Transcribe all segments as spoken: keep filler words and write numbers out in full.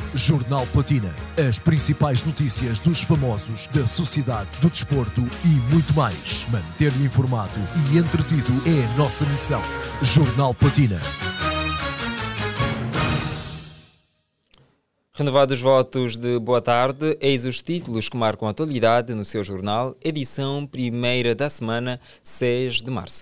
Jornal Platina. As principais notícias dos famosos, da sociedade, do desporto e muito mais. Manter-lhe informado e entretido é a nossa missão. Jornal Platina. Renovados votos de boa tarde, eis os títulos que marcam a atualidade no seu jornal, edição primeira da semana, seis de março.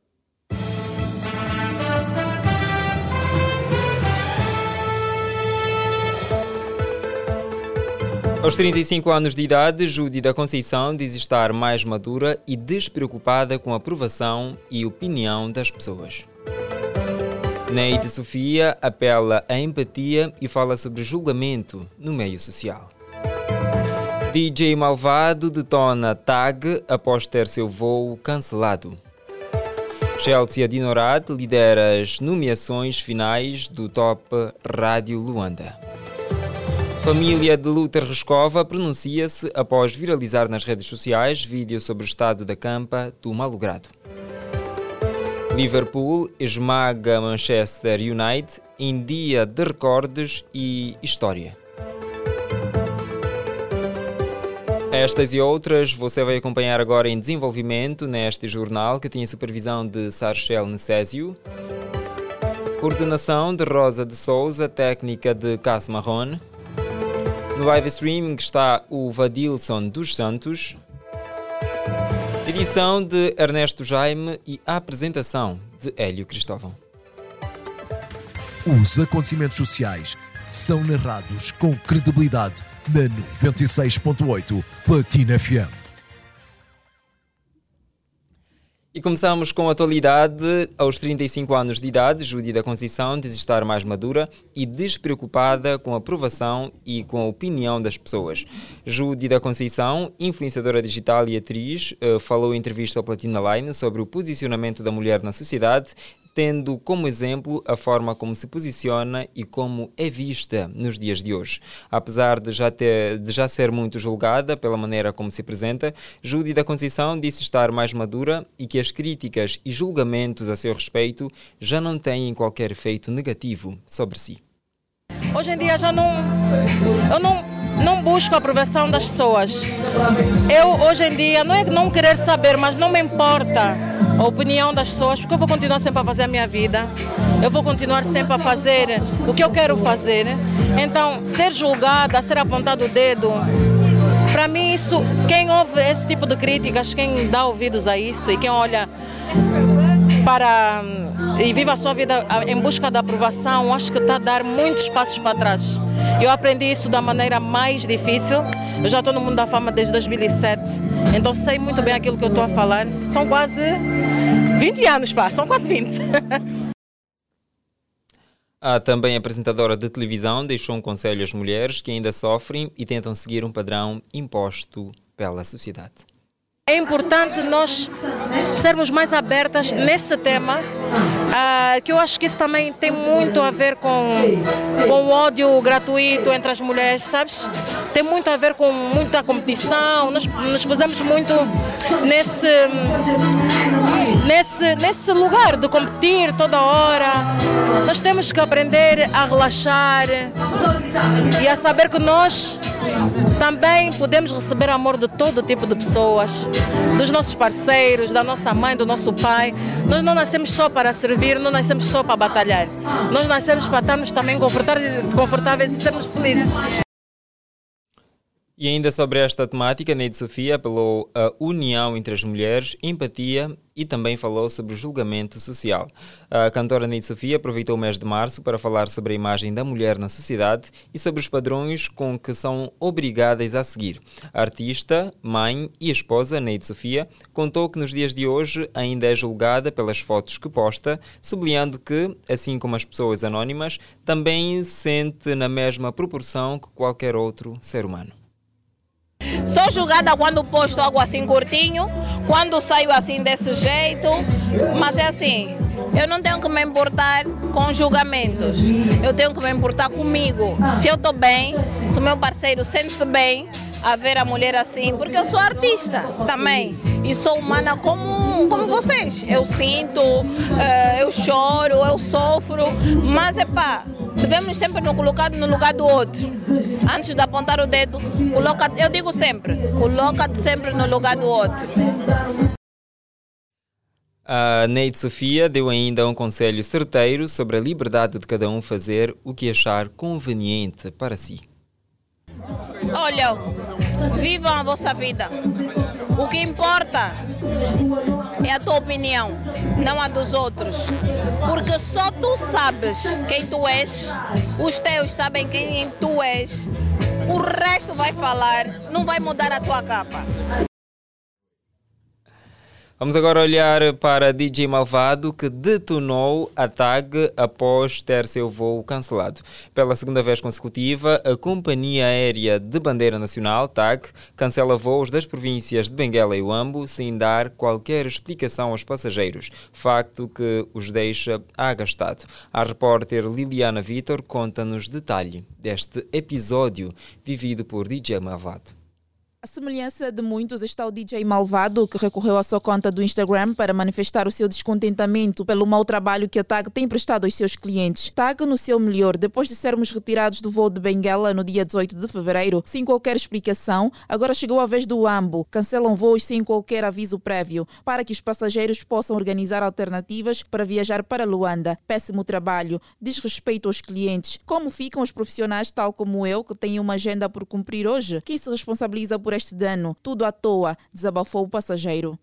Aos trinta e cinco anos de idade, Judy da Conceição diz estar mais madura e despreocupada com a aprovação e opinião das pessoas. Neide Sofia apela à empatia e fala sobre julgamento no meio social. D J Malvado detona tag após ter seu voo cancelado. Chelsea Adinorat lidera as nomeações finais do Top Rádio Luanda. Família de Luther Rescova pronuncia-se após viralizar nas redes sociais vídeo sobre o estado da campa do malogrado. Liverpool esmaga Manchester United em dia de recordes e história. Estas e outras você vai acompanhar agora em desenvolvimento neste jornal que tem a supervisão de Sarchel Necésio, coordenação de Rosa de Souza, técnica de Cássio Marrone. No live streaming está o Vadilson dos Santos, edição de Ernesto Jaime e a apresentação de Hélio Cristóvão. Os acontecimentos sociais são narrados com credibilidade na noventa e seis ponto oito Platina F M. E começamos com a atualidade. Aos trinta e cinco anos de idade, Judy da Conceição diz estar mais madura e despreocupada com a aprovação e com a opinião das pessoas. Judy da Conceição, influenciadora digital e atriz, falou em entrevista ao Platina Line sobre o posicionamento da mulher na sociedade, tendo como exemplo a forma como se posiciona e como é vista nos dias de hoje. Apesar de já, ter, de já ser muito julgada pela maneira como se apresenta, Judy da Conceição disse estar mais madura e que as críticas e julgamentos a seu respeito já não têm qualquer efeito negativo sobre si. Hoje em dia já não... Eu não... não busco a aprovação das pessoas. Eu, hoje em dia, não é não querer saber, mas não me importa a opinião das pessoas, porque eu vou continuar sempre a fazer a minha vida, eu vou continuar sempre a fazer o que eu quero fazer. Então, ser julgada, ser apontado o dedo, para mim isso, quem ouve esse tipo de críticas, quem dá ouvidos a isso e quem olha para e vive a sua vida em busca da aprovação, acho que está a dar muitos passos para trás. Eu aprendi isso da maneira mais difícil. Eu já estou no mundo da fama desde dois mil e sete, então sei muito bem aquilo que eu estou a falar. São quase vinte anos, pá, são quase vinte. A também apresentadora de televisão deixou um conselho às mulheres que ainda sofrem e tentam seguir um padrão imposto pela sociedade. É importante nós sermos mais abertas nesse tema, uh, que eu acho que isso também tem muito a ver com, com o ódio gratuito entre as mulheres, sabes? Tem muito a ver com muita competição, nós nos pusemos muito nesse, nesse, nesse lugar de competir toda hora. Nós temos que aprender a relaxar e a saber que nós também podemos receber amor de todo tipo de pessoas, dos nossos parceiros, da nossa mãe, do nosso pai. Nós não nascemos só para servir, não nascemos só para batalhar. Nós nascemos para estarmos também confortáveis, confortáveis e sermos felizes. E ainda sobre esta temática, Neide Sofia apelou à união entre as mulheres, empatia e também falou sobre o julgamento social. A cantora Neide Sofia aproveitou o mês de março para falar sobre a imagem da mulher na sociedade e sobre os padrões com que são obrigadas a seguir. A artista, mãe e esposa Neide Sofia contou que nos dias de hoje ainda é julgada pelas fotos que posta, sublinhando que, assim como as pessoas anónimas, também se sente na mesma proporção que qualquer outro ser humano. Sou julgada quando posto algo assim curtinho, quando saio assim desse jeito, mas é assim, eu não tenho que me importar com julgamentos, eu tenho que me importar comigo. Se eu estou bem, se o meu parceiro sente-se bem a ver a mulher assim, porque eu sou artista também, e sou humana como, como vocês. Eu sinto, uh, eu choro, eu sofro, mas é pá, devemos sempre nos colocar no lugar do outro. Antes de apontar o dedo, coloca, eu digo sempre, coloca-te sempre no lugar do outro. A Neide Sofia deu ainda um conselho certeiro sobre a liberdade de cada um fazer o que achar conveniente para si. Olha, vivam a vossa vida. O que importa é a tua opinião, não a dos outros. Porque só tu sabes quem tu és, os teus sabem quem tu és, o resto vai falar, não vai mudar a tua capa. Vamos agora olhar para D J Malvado, que detonou a T A G após ter seu voo cancelado. Pela segunda vez consecutiva, a Companhia Aérea de Bandeira Nacional, T A G, cancela voos das províncias de Benguela e Huambo sem dar qualquer explicação aos passageiros, facto que os deixa agastado. A repórter Liliana Vitor conta-nos detalhe deste episódio vivido por D J Malvado. A semelhança de muitos está o D J Malvado, que recorreu à sua conta do Instagram para manifestar o seu descontentamento pelo mau trabalho que a T A G tem prestado aos seus clientes. T A G no seu melhor, depois de sermos retirados do voo de Benguela no dia dezoito de fevereiro, sem qualquer explicação, agora chegou a vez do Huambo. Cancelam voos sem qualquer aviso prévio, para que os passageiros possam organizar alternativas para viajar para Luanda. Péssimo trabalho, desrespeito aos clientes. Como ficam os profissionais tal como eu, que têm uma agenda por cumprir hoje? Quem se responsabiliza por este dano? Tudo à toa, desabafou o passageiro.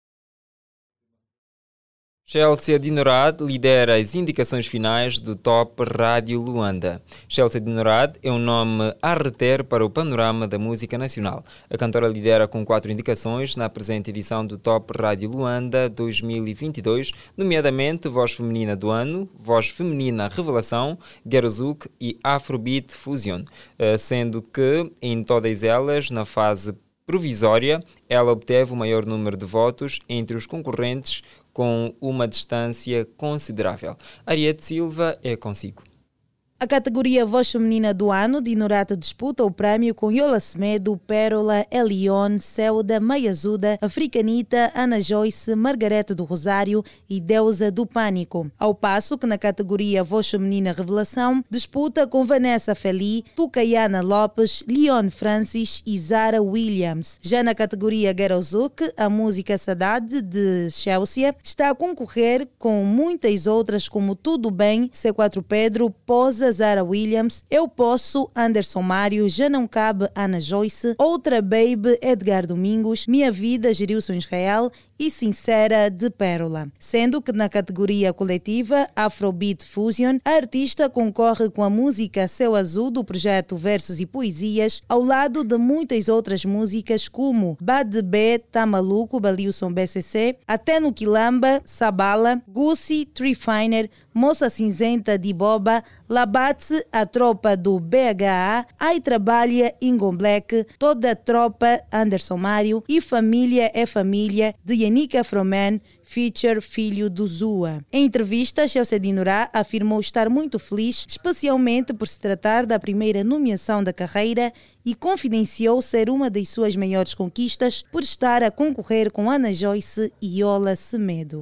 Chelsea Dinorad lidera as indicações finais do Top Rádio Luanda. Chelsea Dinorad é um nome a reter para o panorama da música nacional. A cantora lidera com quatro indicações na presente edição do Top Rádio Luanda dois mil e vinte e dois, nomeadamente Voz Feminina do Ano, Voz Feminina Revelação, Gerozuk e Afrobeat Fusion, sendo que em todas elas, na fase provisória, ela obteve o maior número de votos entre os concorrentes com uma distância considerável. Ariete Silva é consigo. A categoria Voz Feminina do Ano, Dinorad disputa o prémio com Yola Semedo, Pérola, Elion, Ceuda, Maiazuda, Africanita, Ana Joyce, Margarete do Rosário e Deusa do Pânico. Ao passo que na categoria Voz Feminina Revelação, disputa com Vanessa Feli, Tucaiana Lopes, Leon Francis e Zara Williams. Já na categoria Gerozuk, a música Saudade de Chelsea está a concorrer com muitas outras como Tudo Bem, C quatro Pedro, Posa, Zara Williams, Eu Posso, Anderson Mário, Já Não Cabe, Ana Joyce, Outra Baby, Edgar Domingos, Minha Vida, Gerilson Israel e Sincera, de Pérola. Sendo que na categoria coletiva Afrobeat Fusion, a artista concorre com a música Céu Azul do projeto Versos e Poesias, ao lado de muitas outras músicas como Bad B, Tá Maluco, Balilson B C C, Até no Quilamba, Sabala, Gussi, Trifiner, Moça Cinzenta de Boba, Labate, a tropa do B H A, Ai Trabalha, Ingon Black, Toda a Tropa, Anderson Mário e Família é Família, de Yanika Froman, feature Filho do Zua. Em entrevista, Chelsea Dinorad afirmou estar muito feliz, especialmente por se tratar da primeira nomeação da carreira, e confidenciou ser uma das suas maiores conquistas por estar a concorrer com Ana Joyce e Yola Semedo.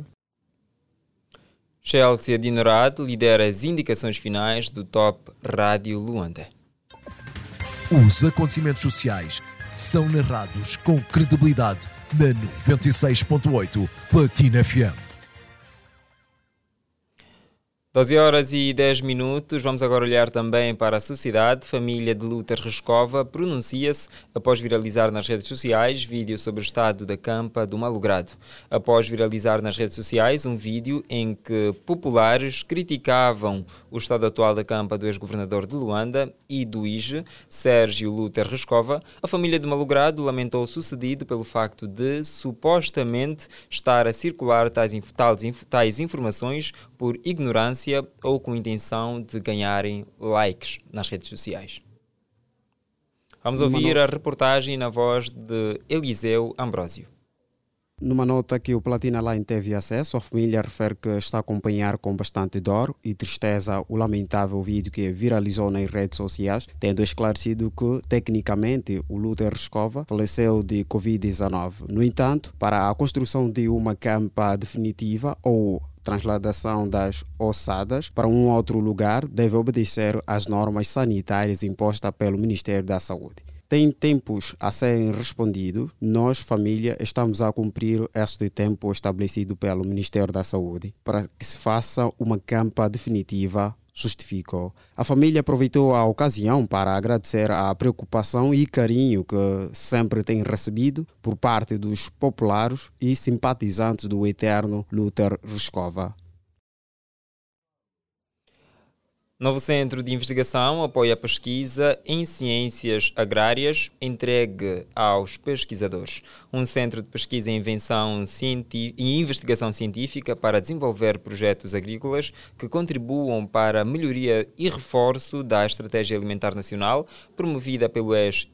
Chelsea Dinorad lidera as indicações finais do Top Rádio Luanda. Os acontecimentos sociais são narrados com credibilidade na noventa e seis ponto oito Platina F M. doze horas e dez minutos. Vamos agora olhar também para a sociedade. Família de Luther Rescova pronuncia-se após viralizar nas redes sociais vídeo sobre o estado da campa do Malogrado. Após viralizar nas redes sociais um vídeo em que populares criticavam o estado atual da campa do ex-governador de Luanda e do I G E, Sérgio Luther Rescova, a família do Malogrado lamentou o sucedido pelo facto de supostamente estar a circular tais, tais, tais informações por ignorância ou com intenção de ganharem likes nas redes sociais. Vamos ouvir a reportagem na voz de Eliseu Ambrósio. Numa nota que o Platina Line teve acesso, a família refere que está a acompanhar com bastante dor e tristeza o lamentável vídeo que viralizou nas redes sociais, tendo esclarecido que, tecnicamente, o Luther Rescova faleceu de covid dezenove. No entanto, para a construção de uma campa definitiva ou transladação das ossadas para um outro lugar, deve obedecer às normas sanitárias impostas pelo Ministério da Saúde. Tem tempos a serem respondidos. Nós, família, estamos a cumprir este tempo estabelecido pelo Ministério da Saúde para que se faça uma campa definitiva, justificou. A família aproveitou a ocasião para agradecer a preocupação e carinho que sempre tem recebido por parte dos populares e simpatizantes do eterno Luther Rescova. Novo Centro de Investigação apoia a pesquisa em ciências agrárias entregue aos pesquisadores. Um centro de pesquisa em invenção e investigação científica para desenvolver projetos agrícolas que contribuam para a melhoria e reforço da Estratégia Alimentar Nacional, promovida pelo ex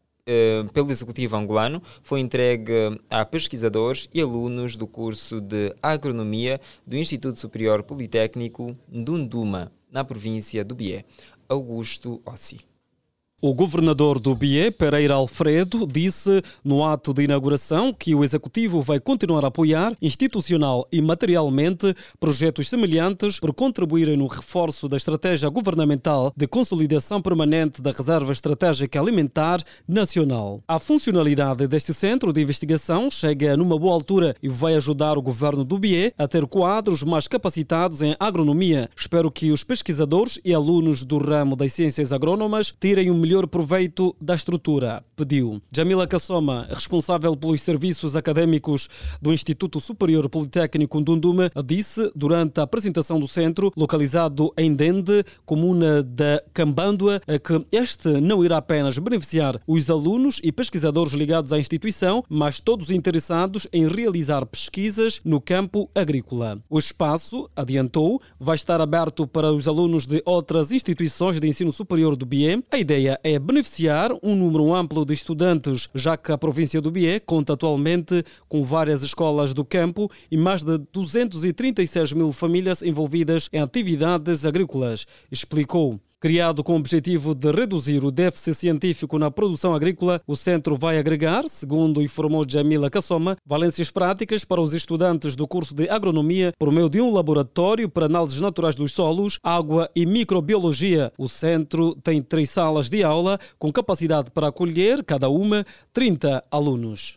pelo Executivo angolano, foi entregue a pesquisadores e alunos do curso de Agronomia do Instituto Superior Politécnico Ndunduma, na província do Bié. Augusto Ossi. O governador do Bié, Pereira Alfredo, disse no ato de inauguração que o Executivo vai continuar a apoiar institucional e materialmente projetos semelhantes por contribuírem no reforço da estratégia governamental de consolidação permanente da Reserva Estratégica Alimentar Nacional. A funcionalidade deste centro de investigação chega numa boa altura e vai ajudar o governo do Bié a ter quadros mais capacitados em agronomia. Espero que os pesquisadores e alunos do ramo das ciências agrónomas tirem um melhor proveito da estrutura, pediu. Jamila Kassoma, responsável pelos serviços académicos do Instituto Superior Politécnico Ndunduma, disse durante a apresentação do centro, localizado em Dende, comuna da Cambandua, que este não irá apenas beneficiar os alunos e pesquisadores ligados à instituição, mas todos os interessados em realizar pesquisas no campo agrícola. O espaço, adiantou, vai estar aberto para os alunos de outras instituições de ensino superior do Bié. A ideia é beneficiar um número amplo de estudantes, já que a província do Bié conta atualmente com várias escolas do campo e mais de duzentos e trinta e seis mil famílias envolvidas em atividades agrícolas, explicou. Criado com o objetivo de reduzir o déficit científico na produção agrícola, o centro vai agregar, segundo informou Jamila Kassoma, valências práticas para os estudantes do curso de agronomia por meio de um laboratório para análises naturais dos solos, água e microbiologia. O centro tem três salas de aula com capacidade para acolher, cada uma, trinta alunos.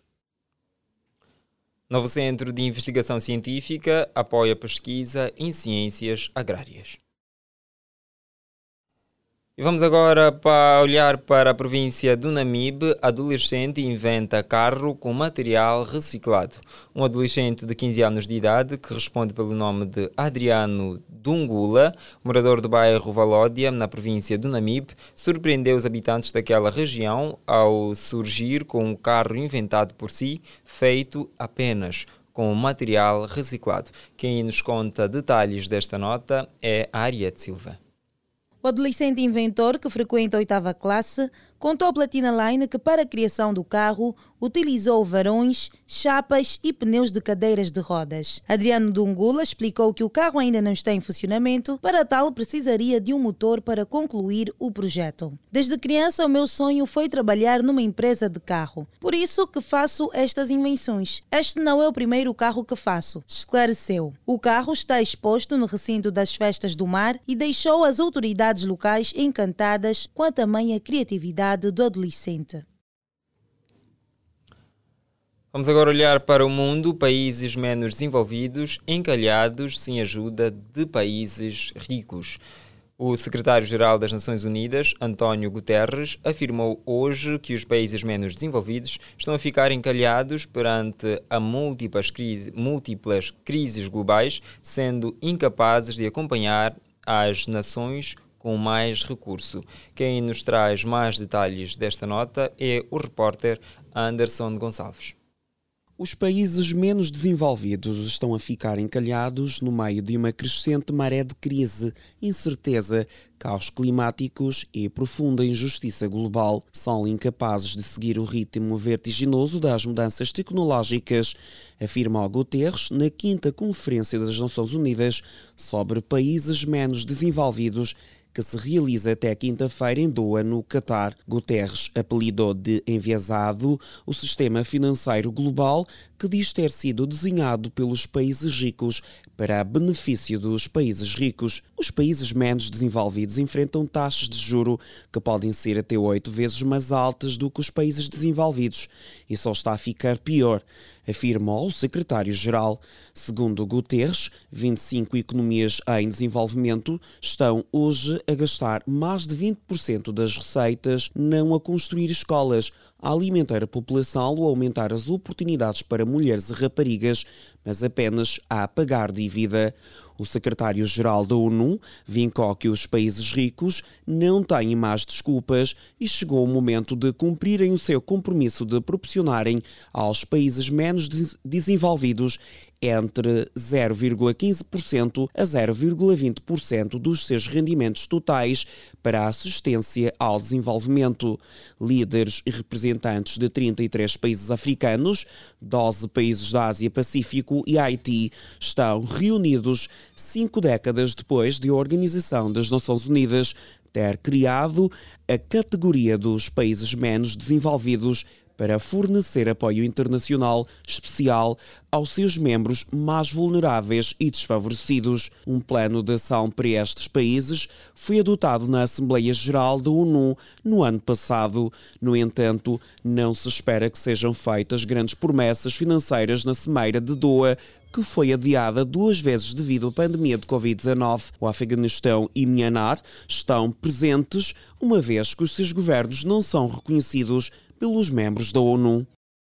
Novo Centro de Investigação Científica apoia a pesquisa em ciências agrárias. E vamos agora para olhar para a província do Namibe. Adolescente inventa carro com material reciclado. Um adolescente de quinze anos de idade, que responde pelo nome de Adriano Dungula, morador do bairro Valódia, na província do Namibe, surpreendeu os habitantes daquela região ao surgir com um carro inventado por si, feito apenas com material reciclado. Quem nos conta detalhes desta nota é a Ariete Silva. O adolescente inventor, que frequenta a oitava classe, contou ao Platina Line que para a criação do carro utilizou varões, chapas e pneus de cadeiras de rodas. Adriano Dungula explicou que o carro ainda não está em funcionamento, para tal precisaria de um motor para concluir o projeto. Desde criança o meu sonho foi trabalhar numa empresa de carro, por isso que faço estas invenções. Este não é o primeiro carro que faço, esclareceu. O carro está exposto no recinto das festas do mar e deixou as autoridades locais encantadas com a tamanha criatividade do adolescente. Vamos agora olhar para o mundo. Países menos desenvolvidos encalhados sem ajuda de países ricos. O secretário-geral das Nações Unidas, António Guterres, afirmou hoje que os países menos desenvolvidos estão a ficar encalhados perante a múltiplas crises, múltiplas crises globais, sendo incapazes de acompanhar as nações com mais recurso. Quem nos traz mais detalhes desta nota é o repórter Anderson Gonçalves. Os países menos desenvolvidos estão a ficar encalhados no meio de uma crescente maré de crise, incerteza, caos climáticos e profunda injustiça global. São incapazes de seguir o ritmo vertiginoso das mudanças tecnológicas, afirma Guterres na quinta Conferência das Nações Unidas sobre países menos desenvolvidos, que se realiza até quinta-feira em Doha, no Catar. Guterres apelidou de enviesado o sistema financeiro global, que diz ter sido desenhado pelos países ricos para benefício dos países ricos. Os países menos desenvolvidos enfrentam taxas de juro que podem ser até oito vezes mais altas do que os países desenvolvidos, e só está a ficar pior, afirmou o secretário-geral. Segundo Guterres, vinte e cinco economias em desenvolvimento estão hoje a gastar mais de vinte por cento das receitas não a construir escolas, a alimentar a população ou a aumentar as oportunidades para mulheres e raparigas, mas apenas a pagar dívida. O secretário-geral da ONU vincou que os países ricos não têm mais desculpas e chegou o momento de cumprirem o seu compromisso de proporcionarem aos países menos desenvolvidos entre zero vírgula quinze por cento a zero vírgula vinte por cento dos seus rendimentos totais para a assistência ao desenvolvimento. Líderes e representantes de trinta e três países africanos, doze países da Ásia-Pacífico e Haiti estão reunidos cinco décadas depois de a Organização das Nações Unidas ter criado a categoria dos países menos desenvolvidos para fornecer apoio internacional especial aos seus membros mais vulneráveis e desfavorecidos. Um plano de ação para estes países foi adotado na Assembleia Geral da ONU no ano passado. No entanto, não se espera que sejam feitas grandes promessas financeiras na Cimeira de Doha, que foi adiada duas vezes devido à pandemia de covid dezanove. O Afeganistão e Myanmar estão presentes, uma vez que os seus governos não são reconhecidos pelos membros da ONU.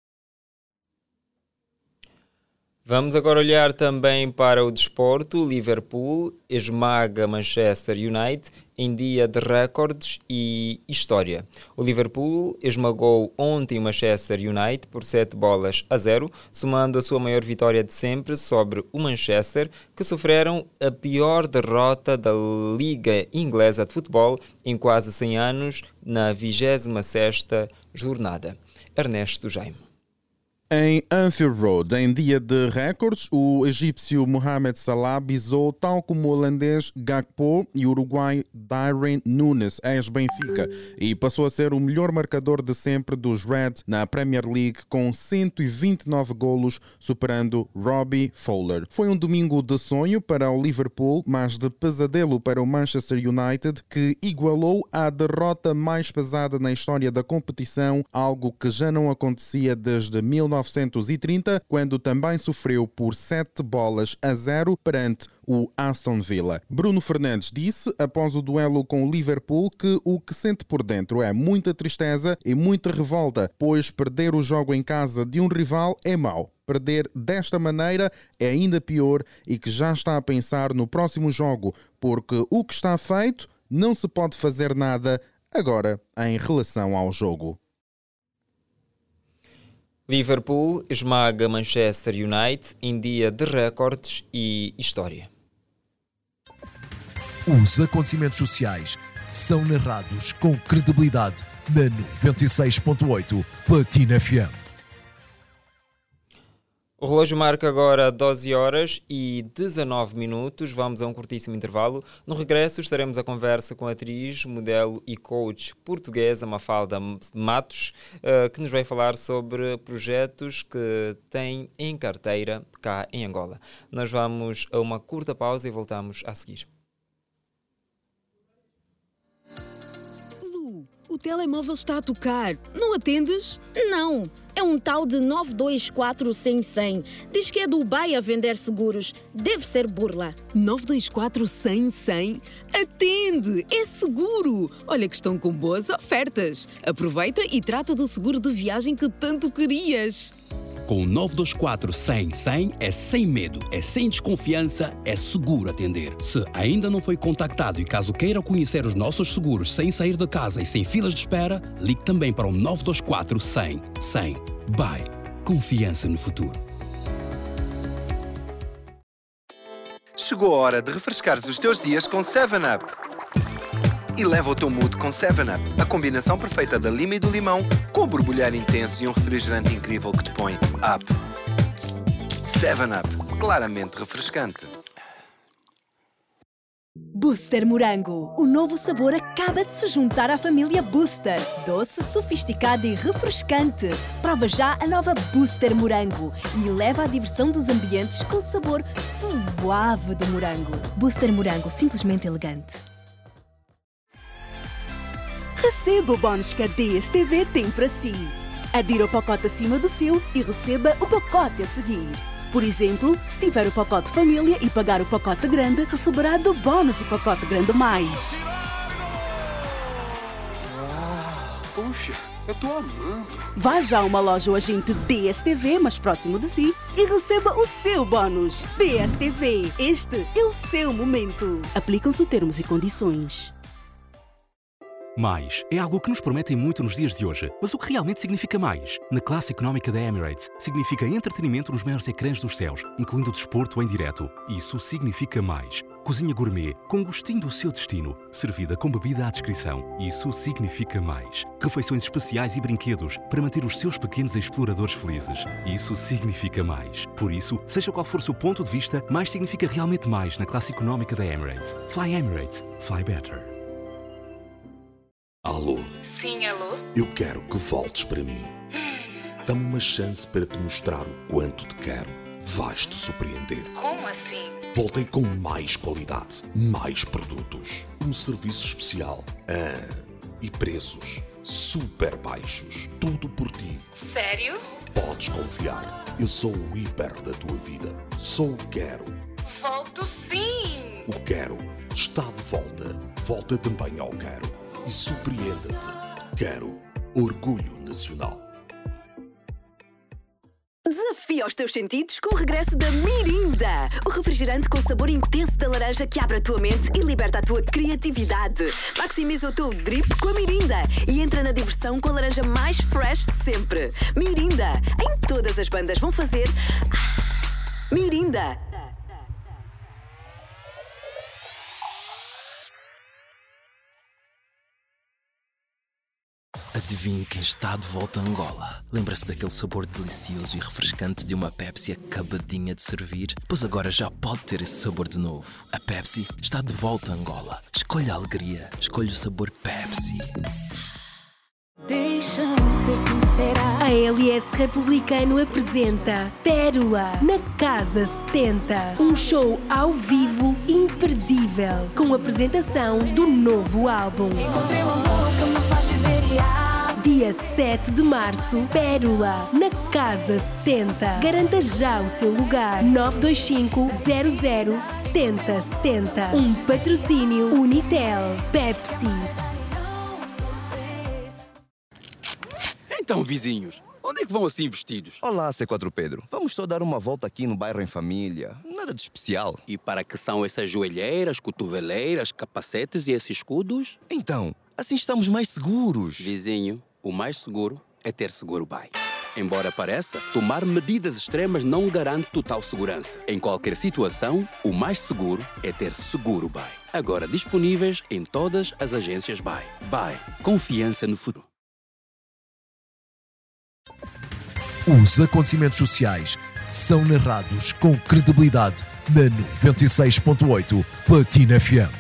Vamos agora olhar também para o desporto. Liverpool esmaga Manchester United em dia de recordes e história. O Liverpool esmagou ontem o Manchester United por sete bolas a zero, somando a sua maior vitória de sempre sobre o Manchester, que sofreram a pior derrota da Liga Inglesa de Futebol em quase cem anos, na vigésima sexta jornada. Ernesto Jaime. Em Anfield Road, em dia de recordes, o egípcio Mohamed Salah bisou, tal como o holandês Gakpo e o uruguaio Darwin Núñez, ex-Benfica, e passou a ser o melhor marcador de sempre dos Reds na Premier League, com cento e vinte e nove golos, superando Robbie Fowler. Foi um domingo de sonho para o Liverpool, mas de pesadelo para o Manchester United, que igualou a derrota mais pesada na história da competição, algo que já não acontecia desde mil novecentos e trinta, quando também sofreu por sete bolas a zero perante o Aston Villa. Bruno Fernandes disse, após o duelo com o Liverpool, que o que sente por dentro é muita tristeza e muita revolta, pois perder o jogo em casa de um rival é mau. Perder desta maneira é ainda pior e que já está a pensar no próximo jogo, porque o que está feito não se pode fazer nada agora em relação ao jogo. Liverpool esmaga Manchester United em dia de recordes e história. Os acontecimentos sociais são narrados com credibilidade na noventa e seis ponto oito Platina F M. O relógio marca agora doze horas e dezanove minutos. Vamos a um curtíssimo intervalo. No regresso estaremos à conversa com a atriz, modelo e coach portuguesa Mafalda Matos, que nos vai falar sobre projetos que tem em carteira cá em Angola. Nós vamos a uma curta pausa e voltamos a seguir. Lu, o telemóvel está a tocar. Não atendes? Não. É um tal de nove dois quatro cem cem. Diz que é Dubai a vender seguros. Deve ser burla. nove dois quatro cem cem? Atende! É seguro! Olha que estão com boas ofertas. Aproveita e trata do seguro de viagem que tanto querias. Com o nove dois quatro cem cem é sem medo, é sem desconfiança, é seguro atender. Se ainda não foi contactado e caso queira conhecer os nossos seguros sem sair de casa e sem filas de espera, ligue também para o nove dois quatro cem cem. Bye. confiança no futuro. Chegou a hora de refrescares os teus dias com seven up. E leva o teu mood com seven up, a combinação perfeita da lima e do limão, com o borbulhar intenso e um refrigerante incrível que te põe up. seven up, claramente refrescante. Booster Morango. O novo sabor acaba de se juntar à família Booster. Doce, sofisticado e refrescante. Prova já a nova Booster Morango e leva a diversão dos ambientes com o sabor suave do morango. Booster Morango, simplesmente elegante. Receba o bónus que a D S T V tem para si. Adira o pacote acima do seu e receba o pacote a seguir. Por exemplo, se tiver o pacote família e pagar o pacote grande, receberá do bónus o pacote grande mais. Uau, puxa, eu tô amando. Vá já a uma loja ou agente D S T V mais próximo de si e receba o seu bónus. D S T V, este é o seu momento. Aplicam-se termos e condições. Mais é algo que nos prometem muito nos dias de hoje, mas o que realmente significa mais? Na classe económica da Emirates, significa entretenimento nos maiores ecrãs dos céus, incluindo desporto em direto. Isso significa mais. Cozinha gourmet, com gostinho do seu destino, servida com bebida à descrição. Isso significa mais. Refeições especiais e brinquedos para manter os seus pequenos exploradores felizes. Isso significa mais. Por isso, seja qual for o seu ponto de vista, mais significa realmente mais na classe económica da Emirates. Fly Emirates. Fly better. Alô? Sim, alô? Eu quero que voltes para mim. Hum. Dá-me uma chance para te mostrar o quanto te quero. Vais-te surpreender. Como assim? Voltei com mais qualidade, mais produtos, um serviço especial ah, e preços super baixos. Tudo por ti. Sério? Podes confiar. Eu sou o hiper da tua vida. Sou o Quero. Volto sim! O Quero está de volta. Volta também ao Quero. E surpreenda-te. Quero orgulho nacional. Desafia os teus sentidos com o regresso da Mirinda. O refrigerante com sabor intenso da laranja que abre a tua mente e liberta a tua criatividade. Maximiza o teu drip com a Mirinda e entra na diversão com a laranja mais fresh de sempre. Mirinda. Em todas as bandas vão fazer... Mirinda. Adivinhe quem está de volta a Angola. Lembra-se daquele sabor delicioso e refrescante de uma Pepsi acabadinha de servir? Pois agora já pode ter esse sabor de novo. A Pepsi está de volta a Angola. Escolha a alegria. Escolha o sabor Pepsi. Deixa-me ser sincera. A L S Republicano apresenta Pérola na Casa setenta. Um show ao vivo imperdível, com a apresentação do novo álbum. Encontrei o amor que me faz viver e há. Dia sete de março, Pérola na Casa setenta. Garanta já o seu lugar. nove dois cinco, zero zero, sete zero sete zero. Um patrocínio Unitel, Pepsi. Então, vizinhos, onde é que vão assim vestidos? Olá, C quatro Pedro. Vamos só dar uma volta aqui no bairro em família. Nada de especial. E para que são essas joelheiras, cotoveleiras, capacetes e esses escudos? Então, assim estamos mais seguros. Vizinho, o mais seguro é ter Seguro Buy. Embora pareça, tomar medidas extremas não garante total segurança. Em qualquer situação, o mais seguro é ter Seguro Buy. Agora disponíveis em todas as agências Buy. Buy. Confiança no futuro. Os acontecimentos sociais são narrados com credibilidade na noventa e seis ponto oito Platina F M.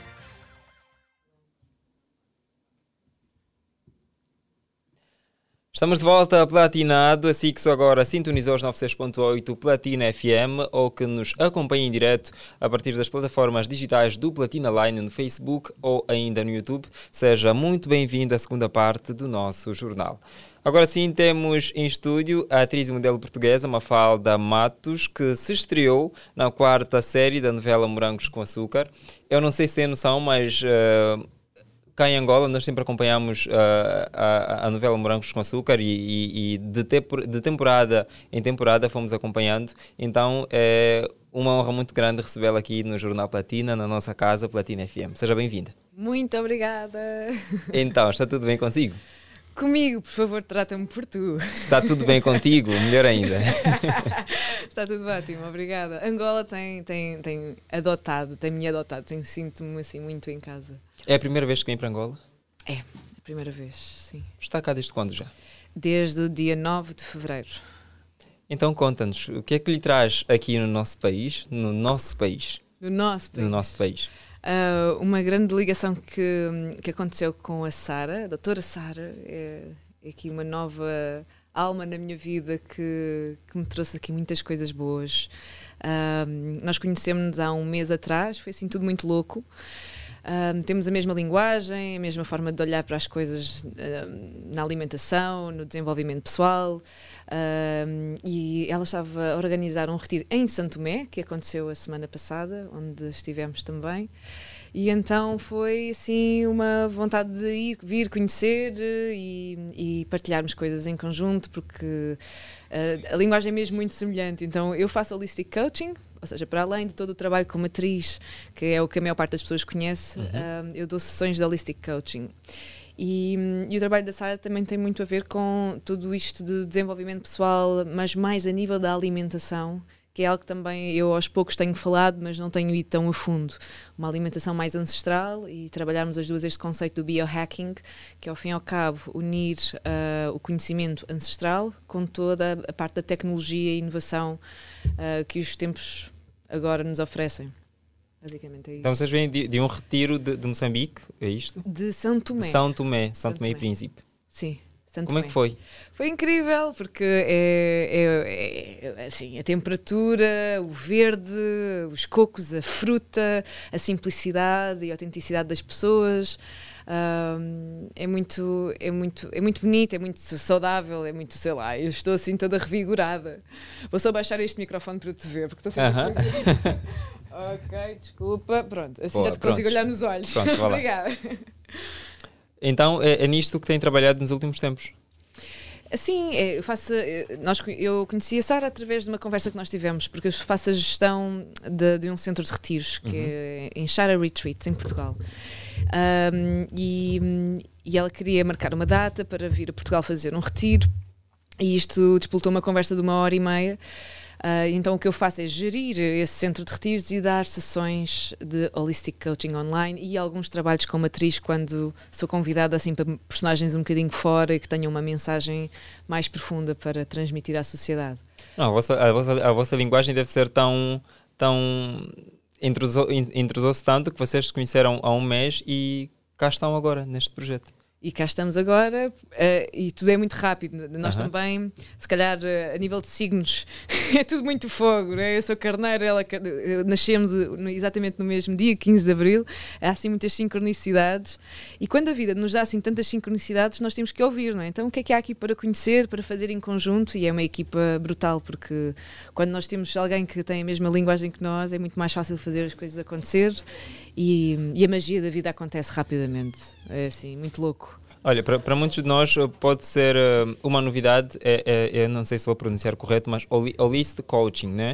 Estamos de volta a Platinado, assim que só agora sintonizou os noventa e seis ponto oito Platina F M ou que nos acompanha em direto a partir das plataformas digitais do Platina Line no Facebook ou ainda no YouTube. Seja muito bem-vindo à segunda parte do nosso jornal. Agora sim, temos em estúdio a atriz e modelo portuguesa Mafalda Matos, que se estreou na quarta série da novela Morangos com Açúcar. Eu não sei se tem noção, mas uh, cá em Angola nós sempre acompanhamos uh, a, a novela Morangos com Açúcar e, e, e de, te, de temporada em temporada fomos acompanhando. Então é uma honra muito grande recebê-la aqui no Jornal Platina, na nossa casa, Platina F M. Seja bem-vinda. Muito obrigada. Então, está tudo bem consigo? Comigo, por favor, trata-me por tu. Está tudo bem contigo? Melhor ainda. Está tudo ótimo, obrigada. Angola tem, tem, tem adotado, tem-me adotado, tem, sinto-me assim muito em casa. É a primeira vez que vem para Angola? É, a primeira vez, sim. Está cá desde quando já? Desde o dia nove de fevereiro. Então conta-nos, o que é que lhe traz aqui no nosso país, no nosso país? No nosso país. No nosso país. Uh, uma grande ligação que, que aconteceu com a Sara, a doutora Sara, é, é aqui uma nova alma na minha vida que, que me trouxe aqui muitas coisas boas. Uh, nós conhecemos-nos há um mês atrás, foi assim tudo muito louco. Uh, temos a mesma linguagem, a mesma forma de olhar para as coisas uh, na alimentação, no desenvolvimento pessoal. Uh, e ela estava a organizar um retiro em Santo Tomé, que aconteceu a semana passada, onde estivemos também. E então foi assim uma vontade de ir, vir conhecer e, e partilharmos coisas em conjunto, porque uh, a linguagem é mesmo muito semelhante. Então eu faço holistic coaching, ou seja, para além de todo o trabalho com matriz, que é o que a maior parte das pessoas conhece, uhum. uh, eu dou sessões de holistic coaching. E, e o trabalho da Sara também tem muito a ver com tudo isto de desenvolvimento pessoal, mas mais a nível da alimentação, que é algo que também eu aos poucos tenho falado, mas não tenho ido tão a fundo. Uma alimentação mais ancestral e trabalharmos as duas este conceito do biohacking, que ao fim e ao cabo unir uh, o conhecimento ancestral com toda a parte da tecnologia e inovação uh, que os tempos agora nos oferecem. Basicamente é isto. Então vocês vêm de, de um retiro de, de Moçambique, é isto? De São Tomé. De São Tomé, São, São Tomé e Príncipe. Sim. Santo Como é que foi? Foi incrível, porque é, é, é assim, a temperatura, o verde, os cocos, a fruta, a simplicidade e a autenticidade das pessoas. Um, é, muito, é, muito, é muito bonito, é muito saudável, é muito, sei lá, eu estou assim toda revigorada. Vou só baixar este microfone para te ver, porque estou sempre... Uh-huh. Ok, desculpa. Pronto, assim Boa, já te pronto. Consigo olhar nos olhos. Pronto, Obrigada. Então é, é nisto que tem trabalhado nos últimos tempos? Sim, eu faço. Nós, eu conheci a Sara através de uma conversa que nós tivemos, porque eu faço a gestão de, de um centro de retiros, que uhum. é em Shara Retreats, em Portugal. Um, e, e ela queria marcar uma data para vir a Portugal fazer um retiro, e isto despoltou uma conversa de uma hora e meia. Uh, então o que eu faço é gerir esse centro de retiros e dar sessões de holistic coaching online e alguns trabalhos com matriz quando sou convidada assim para personagens um bocadinho fora e que tenham uma mensagem mais profunda para transmitir à sociedade. Não, a, vossa, a, vossa, a vossa linguagem deve ser tão, tão entrosou-se tanto que vocês se conheceram há um mês e cá estão agora neste projeto. E cá estamos agora, uh, e tudo é muito rápido. Nós uh-huh. também, se calhar, uh, a nível de signos, é tudo muito fogo, não é? Eu sou carneiro, ela uh, nascemos exatamente no mesmo dia, quinze de abril. Há assim muitas sincronicidades. E quando a vida nos dá assim tantas sincronicidades, nós temos que ouvir, não é? Então, o que é que há aqui para conhecer, para fazer em conjunto? E é uma equipa brutal, porque quando nós temos alguém que tem a mesma linguagem que nós, é muito mais fácil fazer as coisas acontecer. E, e a magia da vida acontece rapidamente. É assim, muito louco. Olha, para, para muitos de nós pode ser uh, uma novidade, é, é, é, não sei se vou pronunciar correto, mas holistic coaching, né?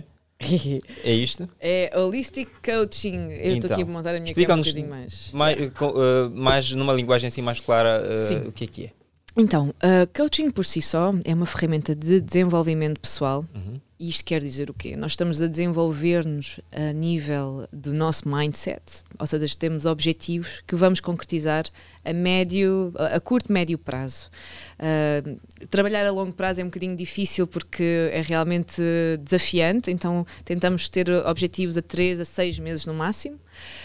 É isto? É holistic coaching. Eu estou então, aqui a montar a minha cara um bocadinho mais. Mais, yeah. com, uh, mais numa linguagem assim mais clara, uh, o que é que é? Então, uh, coaching por si só é uma ferramenta de desenvolvimento pessoal. Uhum. E isto quer dizer o quê? Nós estamos a desenvolver-nos a nível do nosso mindset, ou seja, temos objetivos que vamos concretizar a médio, a curto, médio prazo. Uh, trabalhar a longo prazo é um bocadinho difícil porque é realmente desafiante, então tentamos ter objetivos a três a seis meses no máximo.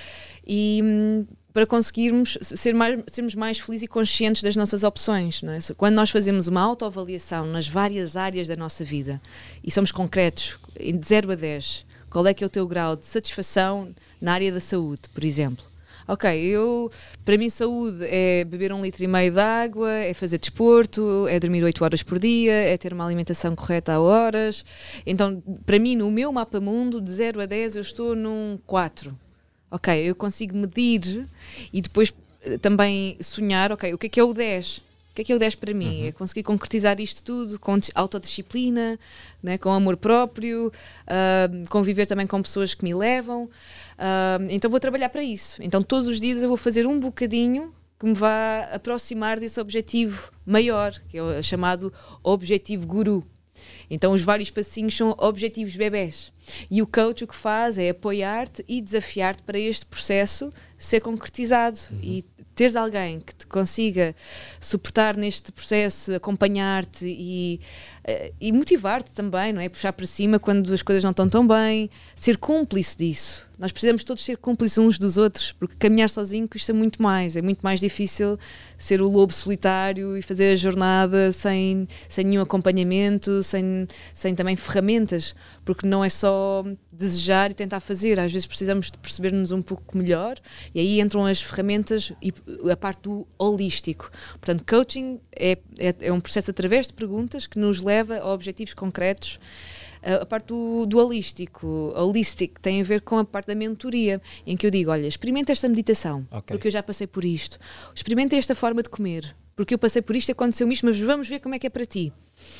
E para conseguirmos ser mais, sermos mais felizes e conscientes das nossas opções, não é? Quando nós fazemos uma autoavaliação nas várias áreas da nossa vida e somos concretos, de zero a dez, qual é que é o teu grau de satisfação na área da saúde, por exemplo? Ok, eu, para mim saúde é beber um litro e meio de água, é fazer desporto, é dormir oito horas por dia, é ter uma alimentação correta a horas. Então, para mim, no meu mapa mundo, de zero a dez, eu estou num quatro. Ok, eu consigo medir e depois também sonhar, ok, o que é que é o dez? O que é que é o dez para mim? Uhum. É conseguir concretizar isto tudo com autodisciplina, né, com amor próprio, uh, conviver também com pessoas que me levam. Uh, então vou trabalhar para isso. Então todos os dias eu vou fazer um bocadinho que me vá aproximar desse objetivo maior, que é o chamado objetivo guru. Então os vários passinhos são objetivos bebés. E o coach o que faz é apoiar-te e desafiar-te para este processo ser concretizado. Uhum. E teres alguém que te consiga suportar neste processo, acompanhar-te e, uh, e motivar-te também, não é? Puxar para cima quando as coisas não estão tão bem, ser cúmplice disso. Nós precisamos todos ser cúmplices uns dos outros, porque caminhar sozinho custa muito mais. É muito mais difícil ser o lobo solitário e fazer a jornada sem, sem nenhum acompanhamento, sem, sem também ferramentas, porque não é só desejar e tentar fazer. Às vezes precisamos de perceber-nos um pouco melhor e aí entram as ferramentas e a parte do holístico. Portanto, coaching é, é, é um processo através de perguntas que nos leva a objetivos concretos. A parte do, do holístico, holistic, tem a ver com a parte da mentoria, em que eu digo, olha, experimenta esta meditação, okay, porque eu já passei por isto. Experimenta esta forma de comer, porque eu passei por isto e aconteceu isto, mas vamos ver como é que é para ti.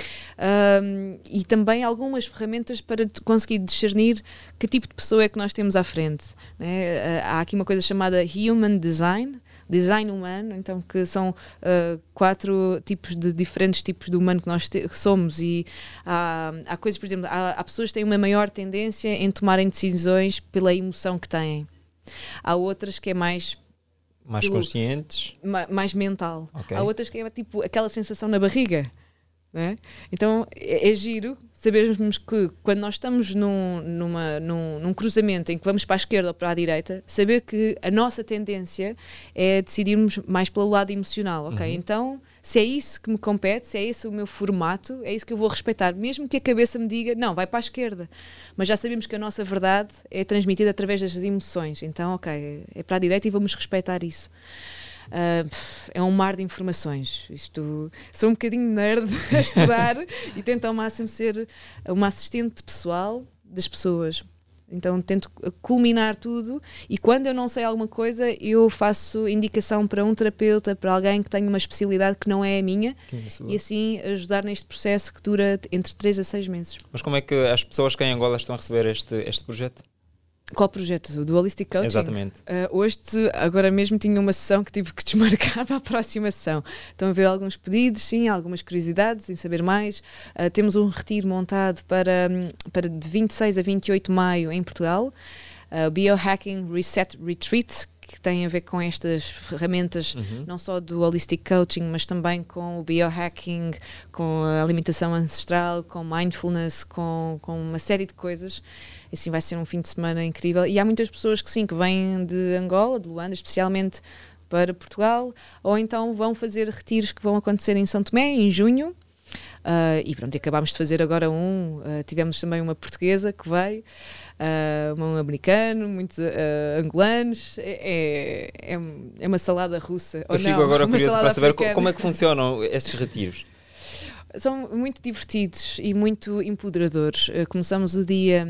Um, e também algumas ferramentas para conseguir discernir que tipo de pessoa é que nós temos à frente, né? Há aqui uma coisa chamada Human Design, design humano, então que são uh, quatro tipos de diferentes tipos de humano que nós te- somos e há, há coisas, por exemplo, há, há pessoas que têm uma maior tendência em tomarem decisões pela emoção que têm. Há outras que é mais mais pelo, conscientes, ma, mais mental. Okay. Há outras que é tipo aquela sensação na barriga. É? Então é, é giro sabermos que quando nós estamos num, numa, num, num cruzamento em que vamos para a esquerda ou para a direita, saber que a nossa tendência é decidirmos mais pelo lado emocional, ok? Uhum. Então, se é isso que me compete, se é esse o meu formato, é isso que eu vou respeitar, mesmo que a cabeça me diga, não, vai para a esquerda, mas já sabemos que a nossa verdade é transmitida através das emoções, então ok, é para a direita e vamos respeitar isso. Uh, é um mar de informações. Isto, sou um bocadinho nerd a estudar e tento ao máximo ser uma assistente pessoal das pessoas. Então tento culminar tudo e quando eu não sei alguma coisa eu faço indicação para um terapeuta, para alguém que tenha uma especialidade que não é a minha e assim ajudar neste processo que dura entre três a seis meses. Mas como é que as pessoas que em Angola estão a receber este, este projeto? Qual projeto? Do Holistic Coaching? Exatamente. Uh, hoje, agora mesmo, tinha uma sessão que tive que desmarcar para a próxima sessão. Estão a ver alguns pedidos, sim, algumas curiosidades em saber mais. Uh, temos um retiro montado para, para de vinte e seis a vinte e oito de maio em Portugal. O uh, Biohacking Reset Retreat, que tem a ver com estas ferramentas, uhum, não só do Holistic Coaching, mas também com o biohacking, com a alimentação ancestral, com mindfulness, com, com uma série de coisas. Assim vai ser um fim de semana incrível. E há muitas pessoas que sim, que vêm de Angola, de Luanda, especialmente para Portugal, ou então vão fazer retiros que vão acontecer em São Tomé, em junho. Uh, e pronto, acabámos de fazer agora um. Uh, tivemos também uma portuguesa que veio, uh, um americano, muitos uh, angolanos. É, é, é uma salada russa. Eu ou fico não, agora curioso para saber africana. Como é que funcionam estes retiros. São muito divertidos e muito empoderadores. Uh, começamos o dia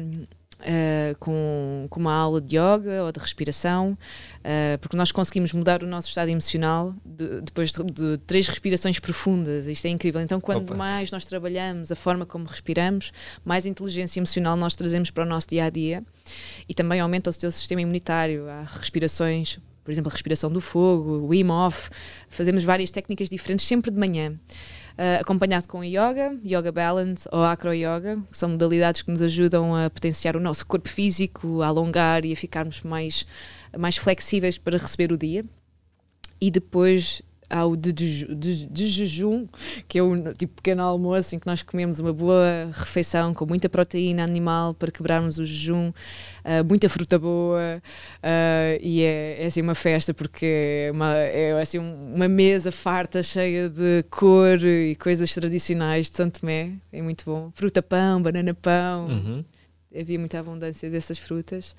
uh, com, com uma aula de yoga ou de respiração, uh, porque nós conseguimos mudar o nosso estado emocional de, depois de, de três respirações profundas. Isto é incrível. Então, quanto Opa. mais nós trabalhamos a forma como respiramos, mais inteligência emocional nós trazemos para o nosso dia-a-dia e também aumenta o seu sistema imunitário. Há respirações, por exemplo, a respiração do fogo, o Wim Hof. Fazemos várias técnicas diferentes sempre de manhã. Uh, acompanhado com yoga, yoga balance ou acro yoga, que são modalidades que nos ajudam a potenciar o nosso corpo físico, a alongar e a ficarmos mais, mais flexíveis para receber o dia. E depois há o de, de, de, de jejum, que é o tipo pequeno almoço em que nós comemos uma boa refeição com muita proteína animal para quebrarmos o jejum, uh, muita fruta boa, uh, e é, é assim uma festa porque é, uma, é assim uma mesa farta, cheia de cor e coisas tradicionais de São Tomé, é muito bom. Fruta pão, banana pão, uhum. Havia muita abundância dessas frutas.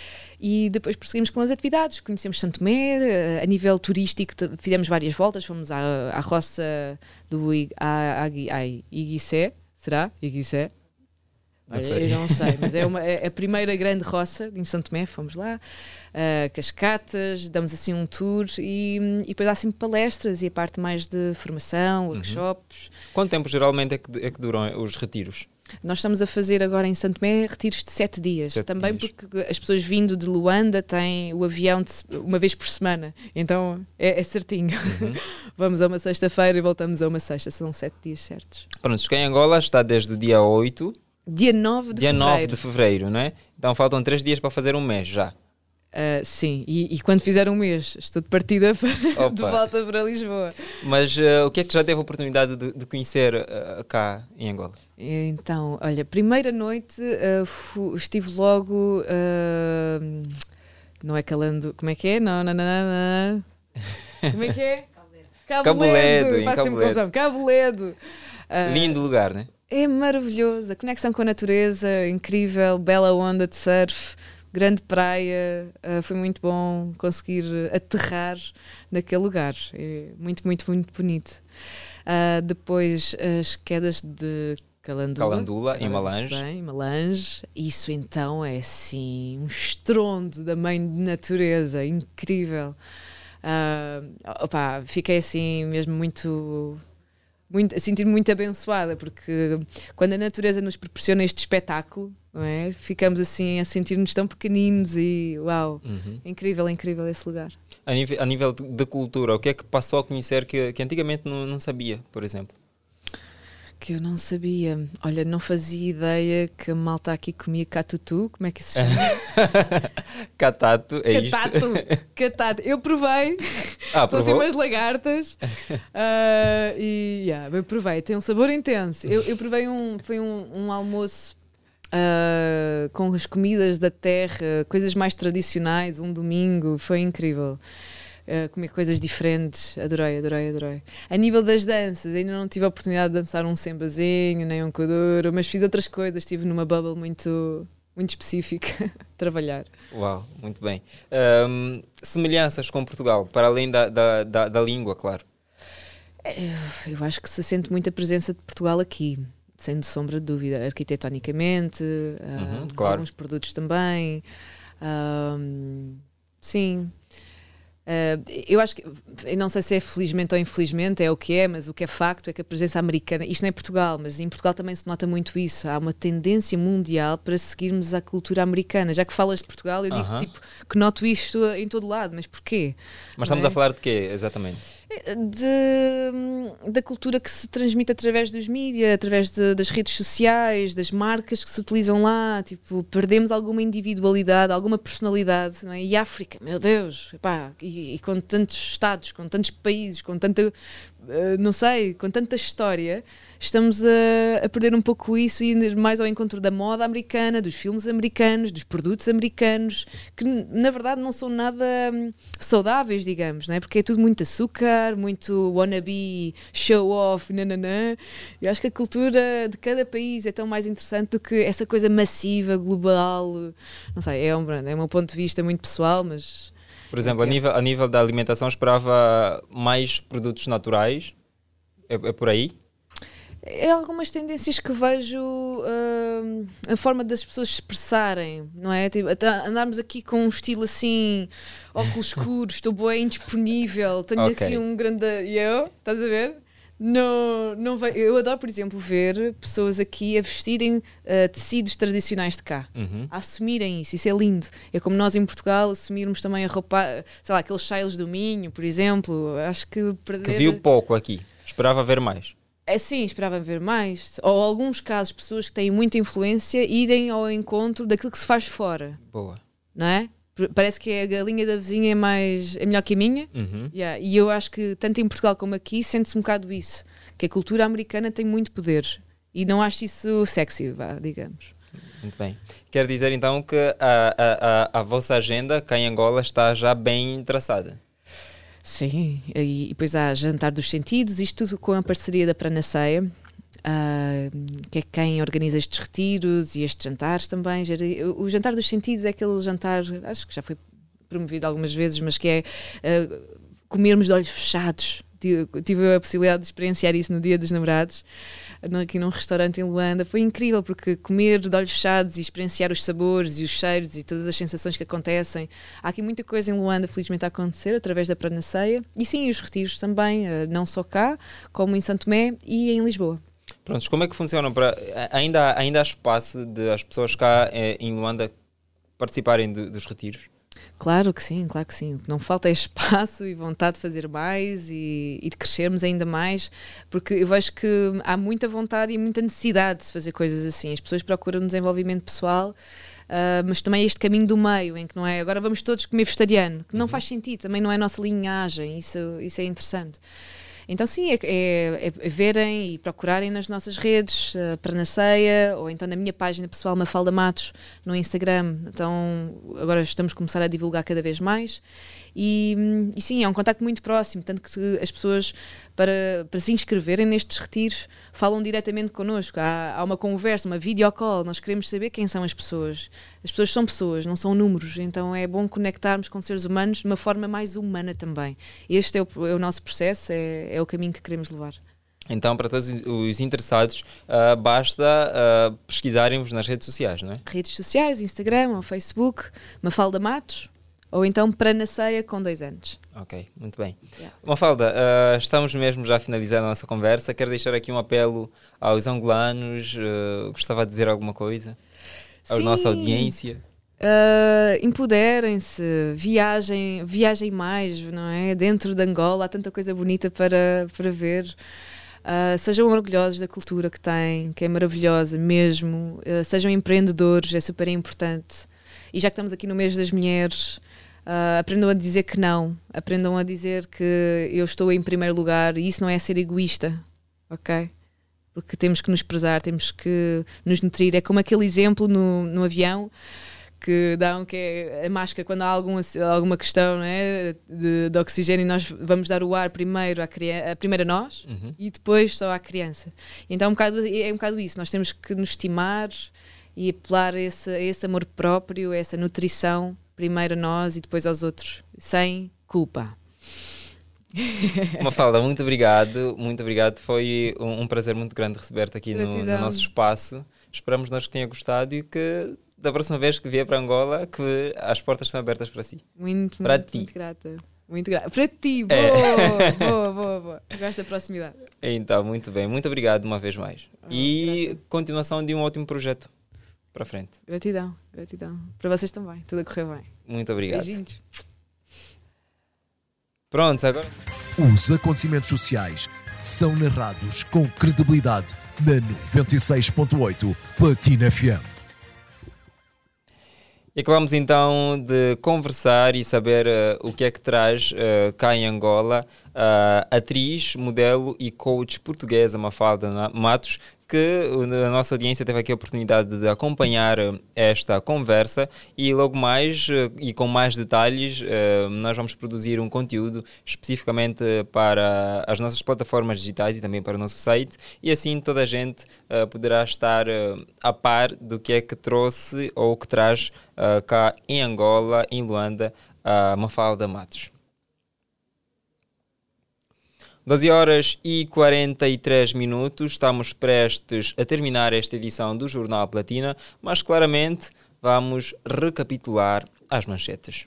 E depois prosseguimos com as atividades, conhecemos São Tomé, a nível turístico fizemos várias voltas, fomos à, à roça do I, à, à, à Iguissé, será? Iguissé? Não sei. Eu não sei, mas é, uma, é a primeira grande roça em São Tomé, fomos lá, uh, cascatas, damos assim um tour e, e depois há sempre palestras e a parte mais de formação, workshops. Uhum. Quanto tempo geralmente é que, é que duram os retiros? Nós estamos a fazer agora em Santo Tomé retiros de sete dias. Sete Também dias. porque as pessoas vindo de Luanda têm o avião de, uma vez por semana. Então é, é certinho. Uhum. Vamos a uma sexta-feira e voltamos a uma sexta. São sete dias certos. Pronto, que em Angola está desde o dia oito. Dia nove de dia fevereiro. nove de fevereiro, não é? Então faltam três dias para fazer um mês já. Uh, sim, e, e quando fizer um mês estou de partida de volta para Lisboa. Mas uh, o que é que já teve a oportunidade de, de conhecer uh, cá em Angola? Então, olha, primeira noite uh, fu, estive logo, uh, não é calando, como é que é? Não, não, não, não, não. Como é que é? Cabo Cabo Ledo, Ledo, faço sempre confusão. Cabo Ledo. Uh, Lindo lugar, né? É maravilhoso, a conexão com a natureza, incrível, bela onda de surf. Grande praia, uh, foi muito bom conseguir aterrar naquele lugar. É muito, muito, muito bonito. Uh, depois as quedas de Calandula. Calandula, em Malange. Bem, Malange. Isso então é assim, um estrondo da mãe de natureza, incrível. Uh, opa, fiquei assim mesmo muito... Muito, a sentir-me muito abençoada, porque quando a natureza nos proporciona este espetáculo, não é? Ficamos assim a sentir-nos tão pequeninos e uau, uhum. incrível, incrível esse lugar. A nível, a nível de cultura, o que é que passou a conhecer que, que antigamente não, não sabia, por exemplo? Que eu não sabia. Olha, não fazia ideia que a malta aqui comia catutu. Como é que isso se chama? Catato, é Catato. isto? Catato. Eu provei. Ah, São assim provou? umas lagartas. uh, e yeah, eu provei. Tem um sabor intenso. Eu, eu provei um... Foi um, um almoço uh, com as comidas da terra, coisas mais tradicionais, um domingo. Foi incrível. Uh, comer coisas diferentes, adorei, adorei, adorei. A nível das danças, ainda não tive a oportunidade de dançar um sembazinho, nem um kuduro, mas fiz outras coisas, estive numa bubble muito, muito específica, trabalhar. Uau, muito bem. Um, semelhanças com Portugal, para além da, da, da, da língua, claro. Eu, eu acho que se sente muito a presença de Portugal aqui, sem sombra de dúvida, arquitetonicamente, Uhum, uh, claro. alguns produtos também, um, sim. Uh, eu acho que, eu não sei se é felizmente ou infelizmente, é o que é, mas o que é facto é que a presença americana, isto não é Portugal, mas em Portugal também se nota muito isso, há uma tendência mundial para seguirmos a cultura americana. Já que falas de Portugal, eu digo Uh-huh. tipo, que noto isto em todo lado, mas porquê? Mas estamos Não é? a falar de quê, exatamente? De, da cultura que se transmite através dos mídias, através de, das redes sociais, das marcas que se utilizam lá, tipo, perdemos alguma individualidade, alguma personalidade, não é? E África, meu Deus, epá, e, e com tantos estados, com tantos países, com tanta, uh, não sei, com tanta história, estamos a, a perder um pouco isso e ir mais ao encontro da moda americana, dos filmes americanos, dos produtos americanos, que na verdade não são nada hum, saudáveis, digamos, não é? Porque é tudo muito açúcar, muito wannabe, show off, nananã. Eu acho que a cultura de cada país é tão mais interessante do que essa coisa massiva, global. Não sei, é um, é um ponto de vista muito pessoal, mas... Por exemplo, a nível, a nível da alimentação, esperava mais produtos naturais, é, é por aí? É algumas tendências que vejo, uh, a forma das pessoas se expressarem, não é? Tipo, andarmos aqui com um estilo assim, óculos escuros, estou boa, indisponível, tenho Ok. aqui um grande... E eu, estás a ver? Não, não ve... Eu adoro, por exemplo, ver pessoas aqui a vestirem uh, tecidos tradicionais de cá, Uhum. a assumirem isso, isso é lindo. É como nós em Portugal assumirmos também a roupa, sei lá, aqueles saios do Minho, por exemplo, acho que perder... Que viu pouco aqui, esperava ver mais. É sim, esperava ver mais. Ou alguns casos, pessoas que têm muita influência irem ao encontro daquilo que se faz fora. Boa. Não é? Parece que a galinha da vizinha é, mais, é melhor que a minha. Uhum. Yeah. E eu acho que tanto em Portugal como aqui sente-se um bocado isso. Que a cultura americana tem muito poder. E não acho isso sexy, vá, digamos. Muito bem. Quer dizer então que a, a, a, a vossa agenda cá em Angola está já bem traçada. Sim, e depois há Jantar dos Sentidos, isto tudo com a parceria da Pranaceia, uh, que é quem organiza estes retiros e estes jantares também. O Jantar dos Sentidos é aquele jantar, acho que já foi promovido algumas vezes, mas que é uh, comermos de olhos fechados. Tive, tive a possibilidade de experienciar isso no Dia dos Namorados, aqui num restaurante em Luanda. Foi incrível, porque comer de olhos fechados e experienciar os sabores e os cheiros e todas as sensações que acontecem. Há aqui muita coisa em Luanda, felizmente, a acontecer através da Pranaceia. E sim, os retiros também, não só cá, como em Santo Tomé e em Lisboa. Prontos, como é que funciona? Para, ainda, ainda há espaço de as pessoas cá eh, em Luanda participarem de, dos retiros? Claro que sim, claro que sim. O que não falta é espaço e vontade de fazer mais e, e de crescermos ainda mais, porque eu vejo que há muita vontade e muita necessidade de se fazer coisas assim. As pessoas procuram desenvolvimento pessoal, uh, mas também este caminho do meio, em que não é agora vamos todos comer vegetariano, que não faz sentido, também não é a nossa linhagem, isso, isso é interessante. Então sim, é, é, é verem e procurarem nas nossas redes, uh, para na ceia, ou então na minha página pessoal Mafalda Matos, no Instagram. Então agora estamos a começar a divulgar cada vez mais. E, e sim, é um contacto muito próximo, tanto que as pessoas, para, para se inscreverem nestes retiros, falam diretamente connosco. Há, há uma conversa, uma videocall, nós queremos saber quem são as pessoas. As pessoas são pessoas, não são números, então é bom conectarmos com seres humanos de uma forma mais humana também. Este é o, é o nosso processo, é, é o caminho que queremos levar. Então, para todos os interessados, uh, basta uh, pesquisarem-vos nas redes sociais, não é? Redes sociais, Instagram ou Facebook, Mafalda Matos, ou então Para na Ceia com dois anos. Ok, muito bem. Yeah. Mafalda, uh, estamos mesmo já a finalizar a nossa conversa. Quero deixar aqui um apelo aos angolanos. Uh, gostava de dizer alguma coisa? À nossa audiência? Uh, empoderem-se, viajem, viajem mais, não é? Dentro de Angola há tanta coisa bonita para, para ver. Uh, sejam orgulhosos da cultura que têm, que é maravilhosa mesmo. Uh, sejam empreendedores, é super importante. E já que estamos aqui no mês das mulheres, uh, aprendam a dizer que não. Aprendam a dizer que eu estou em primeiro lugar e isso não é ser egoísta, ok? Porque temos que nos prezar, temos que nos nutrir. É como aquele exemplo no, no avião que dão, que é a máscara, quando há algum, alguma questão, né, de, de oxigênio, nós vamos dar o ar primeiro à criança, primeiro a nós, uhum, e depois só à criança. Então é um bocado, é um bocado isso, nós temos que nos estimar e apelar a esse, a esse amor próprio, a essa nutrição, primeiro a nós e depois aos outros, sem culpa. Mafalda, muito obrigado, muito obrigado. Foi um, um prazer muito grande receber-te aqui no, no nosso espaço. Esperamos nós que tenha gostado e que da próxima vez que vier para Angola, que as portas estão abertas para si. Muito, para muito, ti. muito grata. Muito grata. Para ti, boa, é. boa, boa, boa. Gosto da proximidade. Então, muito bem. Muito obrigado uma vez mais. Oh, e grata. Continuação de um ótimo projeto para frente. Gratidão, gratidão. Para vocês também. Tudo a correr bem. Muito obrigado. Beijinhos. Pronto, agora... Os acontecimentos sociais são narrados com credibilidade na noventa e seis ponto oito Platina F M. E acabamos então de conversar e saber uh, o que é que traz uh, cá em Angola a uh, atriz, modelo e coach portuguesa Mafalda Matos, que a nossa audiência teve aqui a oportunidade de acompanhar esta conversa e logo mais e com mais detalhes nós vamos produzir um conteúdo especificamente para as nossas plataformas digitais e também para o nosso site, e assim toda a gente poderá estar a par do que é que trouxe ou que traz cá em Angola, em Luanda, a Mafalda Matos. doze horas e quarenta e três minutos, estamos prestes a terminar esta edição do Jornal Platina, mas claramente vamos recapitular as manchetes.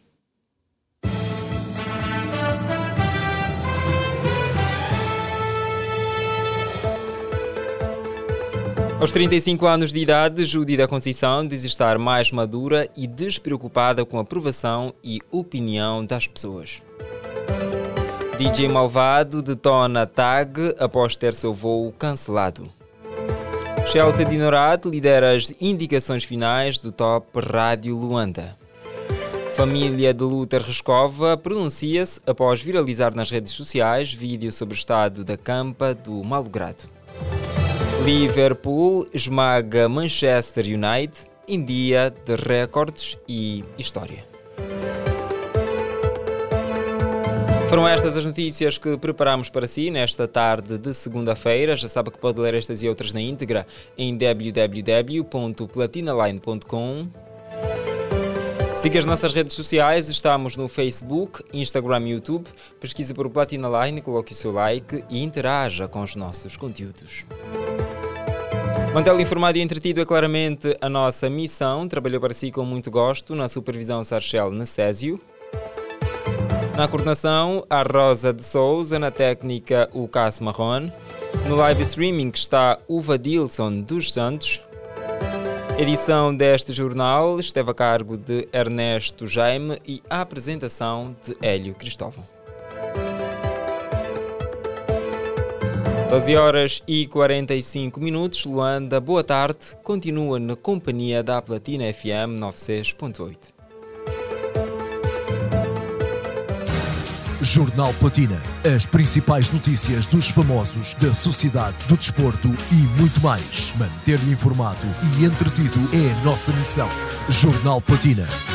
Aos trinta e cinco anos de idade, Judida Conceição diz estar mais madura e despreocupada com a aprovação e opinião das pessoas. D J Malvado detona tag após ter seu voo cancelado. Chelsea Dinorat lidera as indicações finais do Top Rádio Luanda. Família de Luther Rescova pronuncia-se após viralizar nas redes sociais vídeo sobre o estado da campa do Malogrado. Liverpool esmaga Manchester United em dia de recordes e história. Foram estas as notícias que preparamos para si nesta tarde de segunda-feira. Já sabe que pode ler estas e outras na íntegra em w w w ponto platinaline ponto com. Siga as nossas redes sociais, estamos no Facebook, Instagram e YouTube. Pesquise por Platina Line, coloque o seu like e interaja com os nossos conteúdos. Mantê-lo informado e entretido é claramente a nossa missão. Trabalhou para si com muito gosto na supervisão Sarchel Necésio. Na coordenação, a Rosa de Souza, na técnica, o Cássio Marrone. No live streaming está o Vadilson dos Santos. A edição deste jornal esteve a cargo de Ernesto Jaime e a apresentação de Hélio Cristóvão. doze horas e quarenta e cinco minutos. Luanda, boa tarde. Continua na companhia da Platina F M noventa e seis ponto oito. Jornal Platina. As principais notícias dos famosos, da sociedade, do desporto e muito mais. Manter-lhe informado e entretido é a nossa missão. Jornal Platina.